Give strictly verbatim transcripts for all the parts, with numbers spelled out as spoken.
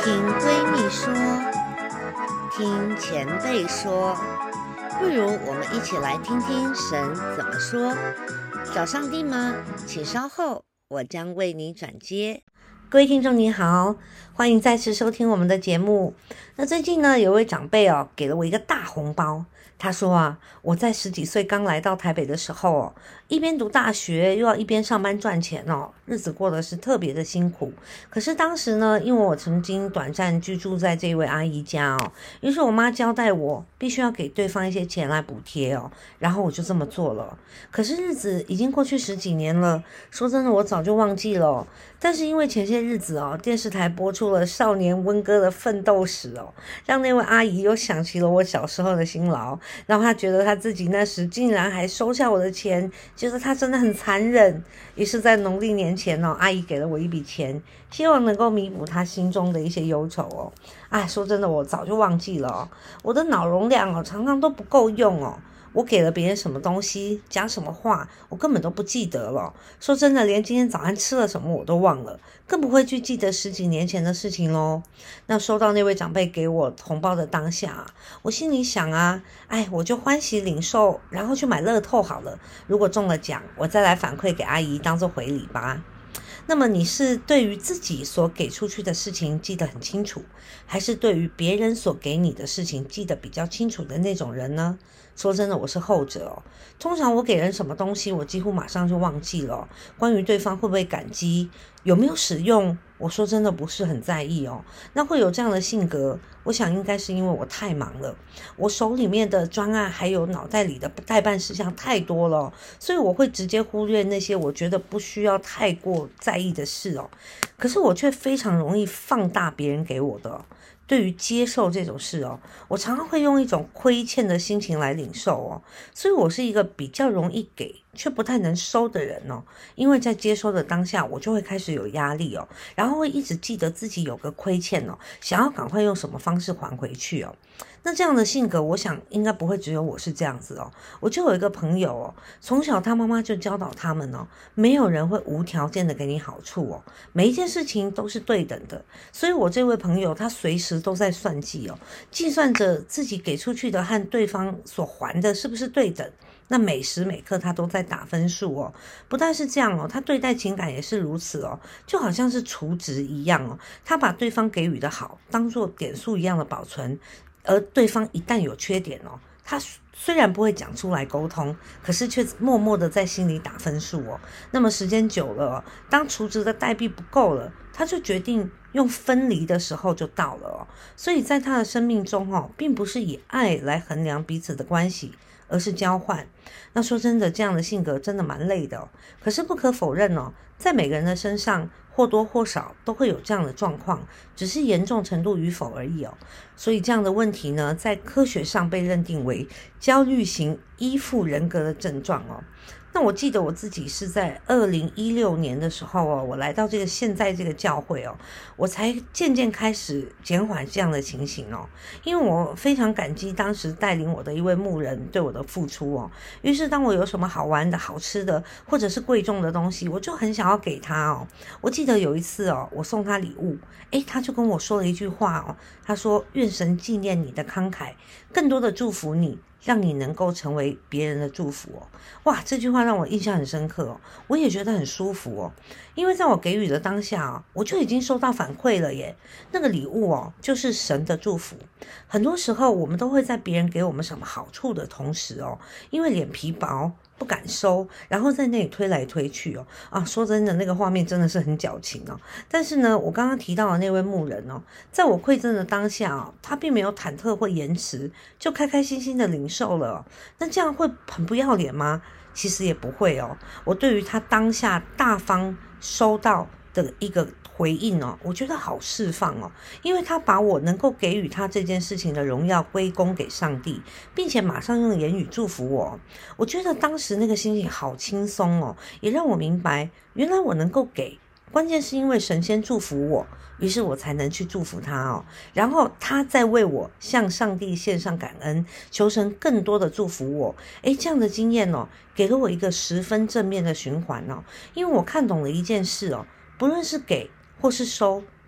听闺蜜说，听前辈说，不如我们一起来听听神怎么说。找上帝吗？请稍后，我将为你转接。各位听众你好，欢迎再次收听我们的节目。那最近呢，有位长辈哦，给了我一个大红包。他说啊，我在十几岁刚来到台北的时候哦，一边读大学又要一边上班赚钱哦，日子过得是特别的辛苦。可是当时呢，因为我曾经短暂居住在这位阿姨家哦，于是我妈交代我必须要给对方一些钱来补贴哦，然后我就这么做了。可是日子已经过去十几年了，说真的，我早就忘记了哦。但是因为前些日子哦，电视台播出了少年温哥的奋斗史哦，让那位阿姨又想起了我小时候的辛劳，然后她觉得她自己那时竟然还收下我的钱，觉得她真的很残忍。于是在农历年前哦，阿姨给了我一笔钱，希望能够弥补她心中的一些忧愁哦。哎，说真的，我早就忘记了哦，我的脑容量哦常常都不够用哦。我给了别人什么东西，讲什么话，我根本都不记得了。说真的，连今天早上吃了什么我都忘了，更不会去记得十几年前的事情咯。那收到那位长辈给我红包的当下，我心里想啊，哎，我就欢喜领受，然后去买乐透好了。如果中了奖，我再来反馈给阿姨当做回礼吧。那么你是对于自己所给出去的事情记得很清楚，还是对于别人所给你的事情记得比较清楚的那种人呢？说真的，我是后者哦。通常我给人什么东西，我几乎马上就忘记了哦。关于对方会不会感激，有没有使用，我说真的不是很在意哦。那会有这样的性格，我想应该是因为我太忙了，我手里面的专案还有脑袋里的待办事项太多了哦，所以我会直接忽略那些我觉得不需要太过在意的事哦。可是我却非常容易放大别人给我的哦。对于接受这种事哦，我常常会用一种亏欠的心情来领受哦，所以我是一个比较容易给却不太能收的人哦。因为在接收的当下，我就会开始有压力哦，然后会一直记得自己有个亏欠哦，想要赶快用什么方式还回去哦。那这样的性格，我想应该不会只有我是这样子哦。我就有一个朋友哦，从小他妈妈就教导他们哦，没有人会无条件的给你好处哦，每一件事情都是对等的。所以我这位朋友他随时都在算计哦，计算着自己给出去的和对方所还的是不是对等。那每时每刻他都在打分数哦，不但是这样哦，他对待情感也是如此哦，就好像是储值一样哦，他把对方给予的好当作点数一样的保存，而对方一旦有缺点哦，他虽然不会讲出来沟通，可是却默默的在心里打分数哦。那么时间久了哦，当储值的代币不够了，他就决定用分离的时候就到了哦。所以在他的生命中哦，并不是以爱来衡量彼此的关系，而是交换。那说真的，这样的性格真的蛮累的哦。可是不可否认哦，在每个人的身上或多或少都会有这样的状况，只是严重程度与否而已哦。所以这样的问题呢，在科学上被认定为焦虑型依附人格的症状哦。那我记得我自己是在二零一六年的时候哦，我来到这个现在这个教会哦，我才渐渐开始减缓这样的情形哦。因为我非常感激当时带领我的一位牧人对我的付出哦。于是当我有什么好玩的好吃的或者是贵重的东西，我就很想要给他哦。我记得有一次哦，我送他礼物，诶，他就跟我说了一句话哦，他说愿神纪念你的慷慨，更多的祝福你，让你能够成为别人的祝福哦。哇，这句话让我印象很深刻哦，我也觉得很舒服哦。因为在我给予的当下哦，我就已经收到反馈了耶。那个礼物哦，就是神的祝福。很多时候我们都会在别人给我们什么好处的同时哦，因为脸皮薄不敢收，然后在那里推来推去哦。啊，说真的，那个画面真的是很矫情哦。但是呢，我刚刚提到的那位牧人哦，在我馈赠的当下哦，他并没有忐忑或延迟，就开开心心的领受了哦。那这样会很不要脸吗？其实也不会哦。我对于他当下大方收到的一个回应哦，我觉得好释放哦，因为他把我能够给予他这件事情的荣耀归功给上帝，并且马上用言语祝福我。我觉得当时那个心情好轻松哦，也让我明白，原来我能够给，关键是因为神先祝福我，于是我才能去祝福他哦，然后他再为我向上帝献上感恩，求神更多的祝福我。诶，这样的经验哦，给了我一个十分正面的循环哦，因为我看懂了一件事哦，不论是给或是收，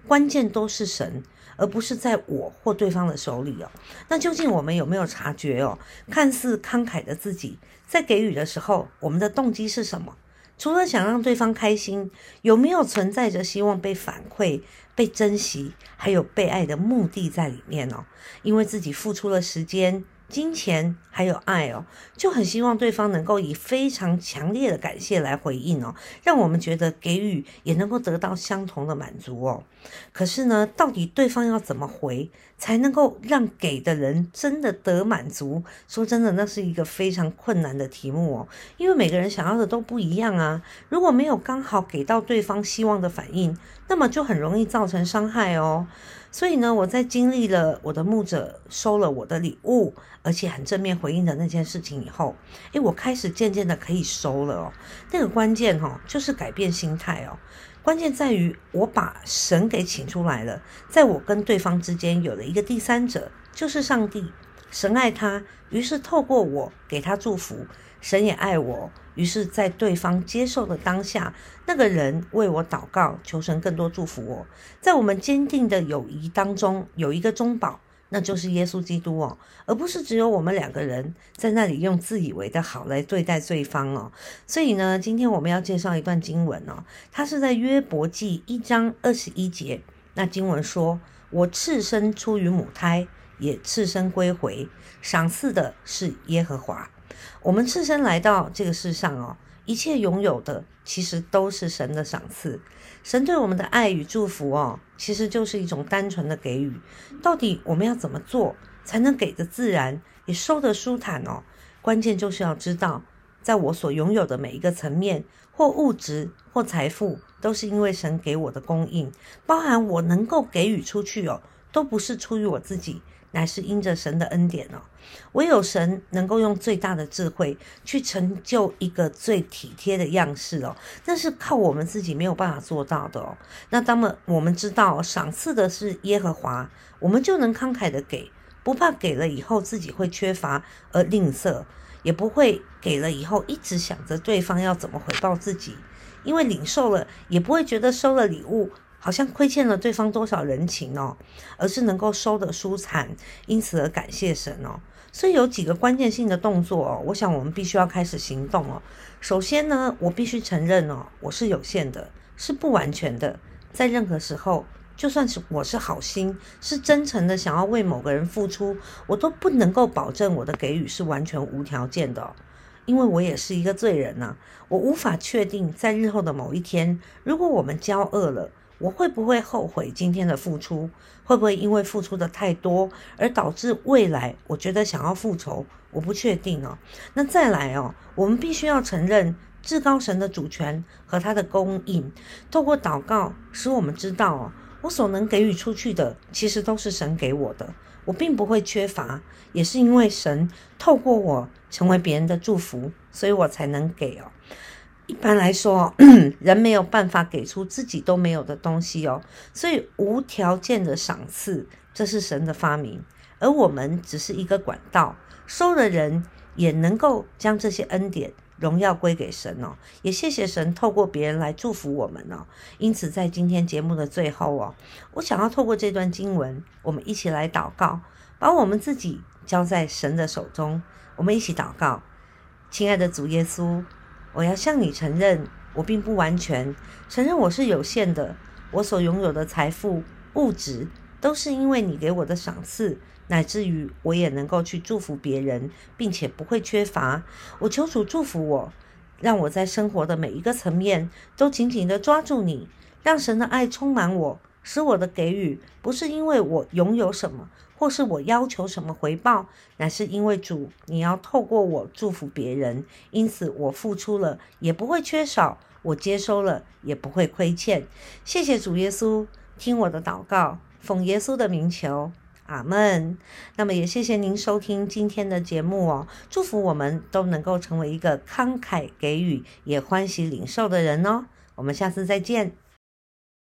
关键都是神，而不是在我或对方的手里哦。那究竟我们有没有察觉哦？看似慷慨的自己，在给予的时候，我们的动机是什么？除了想让对方开心，有没有存在着希望被反馈、被珍惜，还有被爱的目的在里面哦？因为自己付出了时间、金钱还有爱哦，就很希望对方能够以非常强烈的感谢来回应哦，让我们觉得给予也能够得到相同的满足哦。可是呢，到底对方要怎么回才能够让给的人真的得满足？说真的，那是一个非常困难的题目哦，因为每个人想要的都不一样啊。如果没有刚好给到对方希望的反应，那么就很容易造成伤害哦。所以呢，我在经历了我的牧者收了我的礼物，而且很正面回应的那件事情以后，诶，我开始渐渐的可以收了哦。那个关键哦，就是改变心态哦。关键在于我把神给请出来了，在我跟对方之间有了一个第三者，就是上帝。神爱他，于是透过我给他祝福，神也爱我，于是在对方接受的当下，那个人为我祷告，求神更多祝福我。在我们坚定的友谊当中，有一个中保，那就是耶稣基督哦，而不是只有我们两个人在那里用自以为的好来对待对方哦。所以呢，今天我们要介绍一段经文哦，它是在约伯记一章二十一节。那经文说：我赤身出于母胎，也赤身归回，赏赐的是耶和华。我们赤身来到这个世上哦，一切拥有的其实都是神的赏赐。神对我们的爱与祝福哦，其实就是一种单纯的给予。到底我们要怎么做才能给的自然，也收得舒坦哦？关键就是要知道，在我所拥有的每一个层面，或物质或财富，都是因为神给我的供应，包含我能够给予出去哦，都不是出于我自己，乃是因着神的恩典哦。唯有神能够用最大的智慧去成就一个最体贴的样式哦，那是靠我们自己没有办法做到的哦。那当我们知道赏赐的是耶和华，我们就能慷慨的给，不怕给了以后自己会缺乏而吝啬，也不会给了以后一直想着对方要怎么回报自己，因为领受了也不会觉得收了礼物好像亏欠了对方多少人情哦，而是能够收得舒坦，因此而感谢神哦。所以有几个关键性的动作哦，我想我们必须要开始行动哦。首先呢，我必须承认哦，我是有限的，是不完全的，在任何时候，就算是我是好心，是真诚的想要为某个人付出，我都不能够保证我的给予是完全无条件的哦。因为我也是一个罪人啊，我无法确定在日后的某一天，如果我们交恶了，我会不会后悔今天的付出？会不会因为付出的太多而导致未来我觉得想要复仇？我不确定哦。那再来哦，我们必须要承认至高神的主权和他的供应，透过祷告使我们知道哦，我所能给予出去的其实都是神给我的，我并不会缺乏，也是因为神透过我成为别人的祝福，所以我才能给哦。一般来说人没有办法给出自己都没有的东西哦，所以无条件的赏赐，这是神的发明，而我们只是一个管道，收的人也能够将这些恩典荣耀归给神哦，也谢谢神透过别人来祝福我们哦。因此在今天节目的最后哦，我想要透过这段经文，我们一起来祷告，把我们自己交在神的手中。我们一起祷告。亲爱的主耶稣，我要向你承认我并不完全，承认我是有限的，我所拥有的财富物质都是因为你给我的赏赐，乃至于我也能够去祝福别人，并且不会缺乏。我求主祝福我，让我在生活的每一个层面都紧紧地抓住你，让神的爱充满我，使我的给予不是因为我拥有什么，或是我要求什么回报，乃是因为主你要透过我祝福别人，因此我付出了也不会缺少，我接收了也不会亏欠。谢谢主耶稣，听我的祷告，奉耶稣的名求，阿们。那么也谢谢您收听今天的节目哦，祝福我们都能够成为一个慷慨给予也欢喜领受的人哦。我们下次再见。